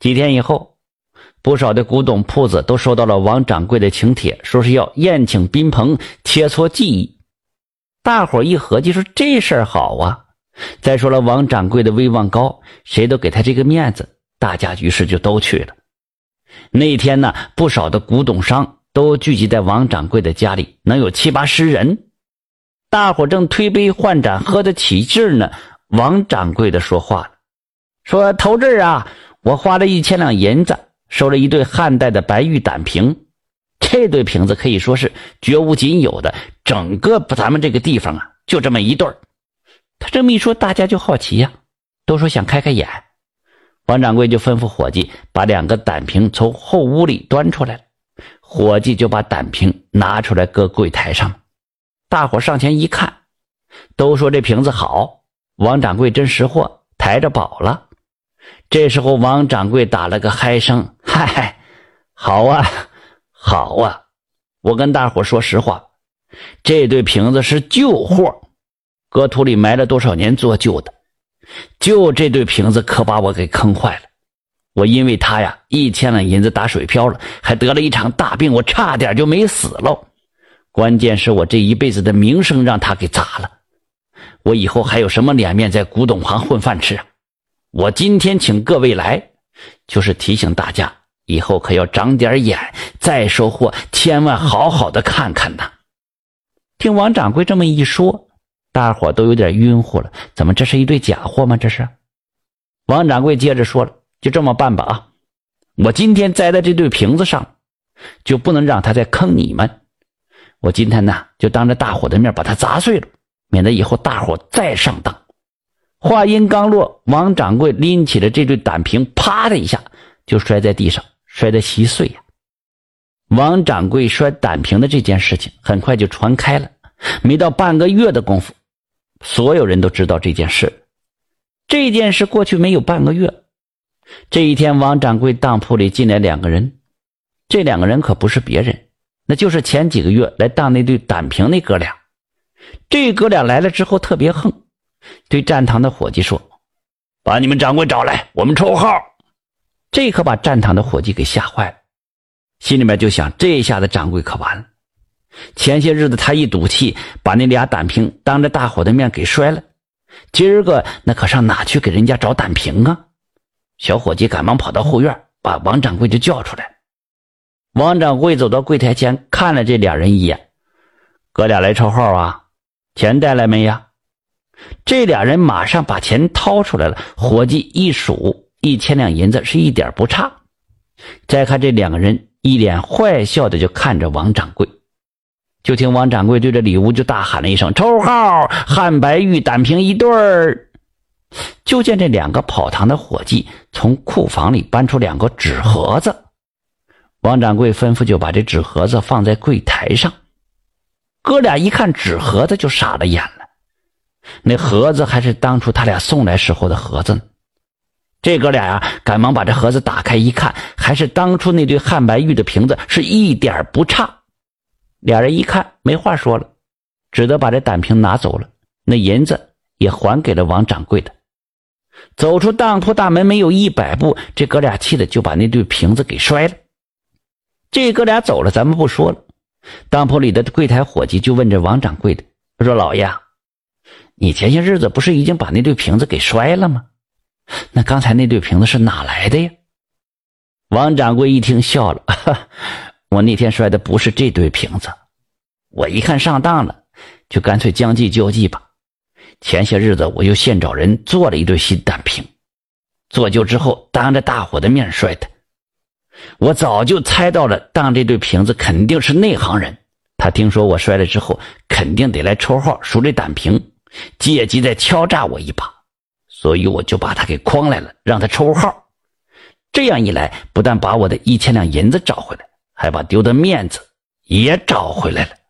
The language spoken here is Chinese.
几天以后，不少的古董铺子都收到了王掌柜的请帖，说是要宴请宾朋，切磋技艺。大伙一合计说这事儿好啊，再说了王掌柜的威望高，谁都给他这个面子，大家于是就都去了。那天呢，不少的古董商都聚集在王掌柜的家里，能有7、80人。大伙正推杯换盏喝得起劲呢，王掌柜的说话了，说头阵啊，我花了1000两银子收了一对汉代的白玉胆瓶，这对瓶子可以说是绝无仅有的，整个咱们这个地方啊就这么一对。他这么一说，大家就好奇呀，都说想开开眼。王掌柜就吩咐伙计把2个胆瓶从后屋里端出来了，伙计就把胆瓶拿出来搁柜台上。大伙上前一看，都说这瓶子好，王掌柜真识货，抬着宝了。这时候王掌柜打了个嗨声，嗨，好啊好啊，我跟大伙说实话，这对瓶子是旧货，搁土里埋了多少年做旧的，就这对瓶子可把我给坑坏了。我因为它呀1000两银子打水漂了，还得了一场大病，我差点就没死了。关键是我这一辈子的名声让他给砸了，我以后还有什么脸面在古董行混饭吃啊？我今天请各位来，就是提醒大家以后可要长点眼，再收货千万好好的看看呐。听王掌柜这么一说，大伙都有点晕乎了，怎么这是一对假货吗？这是。王掌柜接着说了，就这么办吧啊，我今天栽在这对瓶子上，就不能让他再坑你们。我今天呢就当着大伙的面把它砸碎了，免得以后大伙再上当。话音刚落，王掌柜拎起了这对胆瓶，啪的一下就摔在地上，摔得稀碎呀。王掌柜摔胆瓶的这件事情很快就传开了，没到半个月的功夫，所有人都知道这件事。这件事过去没有半个月，这一天王掌柜当铺里进来2个人，这2个人可不是别人，那就是前几个月来当那对胆瓶那哥俩。这哥俩来了之后特别横，对站堂的伙计说，把你们掌柜找来，我们抽号。这可把站堂的伙计给吓坏了，心里面就想，这下子掌柜可完了。前些日子他一赌气把那俩胆瓶当着大伙的面给摔了，今儿个那可上哪去给人家找胆瓶啊？小伙计赶忙跑到后院，把王掌柜就叫出来。王掌柜走到柜台前，看了这俩人一眼，哥俩来抽号啊，钱带来没呀？这俩人马上把钱掏出来了，伙计一数，1000两银子是一点不差。再看这2个人一脸坏笑的就看着王掌柜，就听王掌柜对着里屋就大喊了一声，抽号，汉白玉胆瓶1对儿。就见这2个跑堂的伙计从库房里搬出2个纸盒子，王掌柜吩咐就把这纸盒子放在柜台上。哥俩一看纸盒子就傻了眼了，那盒子还是当初他俩送来时候的盒子呢。这哥俩呀，赶忙把这盒子打开一看，还是当初那对汉白玉的瓶子，是一点不差。俩人一看没话说了，只得把这胆瓶拿走了，那银子也还给了王掌柜的。走出当铺大门没有100步，这哥俩气的就把那对瓶子给摔了。这哥俩走了咱们不说了，当铺里的柜台伙计就问这王掌柜的，说老爷，你前些日子不是已经把那对瓶子给摔了吗？那刚才那对瓶子是哪来的呀？王掌柜一听笑了，我那天摔的不是这对瓶子，我一看上当了，就干脆将计就计吧。前些日子我又现找人做了一对新胆瓶，做旧之后当着大伙的面摔的。我早就猜到了当这对瓶子肯定是内行人，他听说我摔了之后肯定得来抽号数这胆瓶，借机再敲诈我一把，所以我就把他给诓来了，让他抽号。这样一来，不但把我的1000两银子找回来，还把丢的面子也找回来了。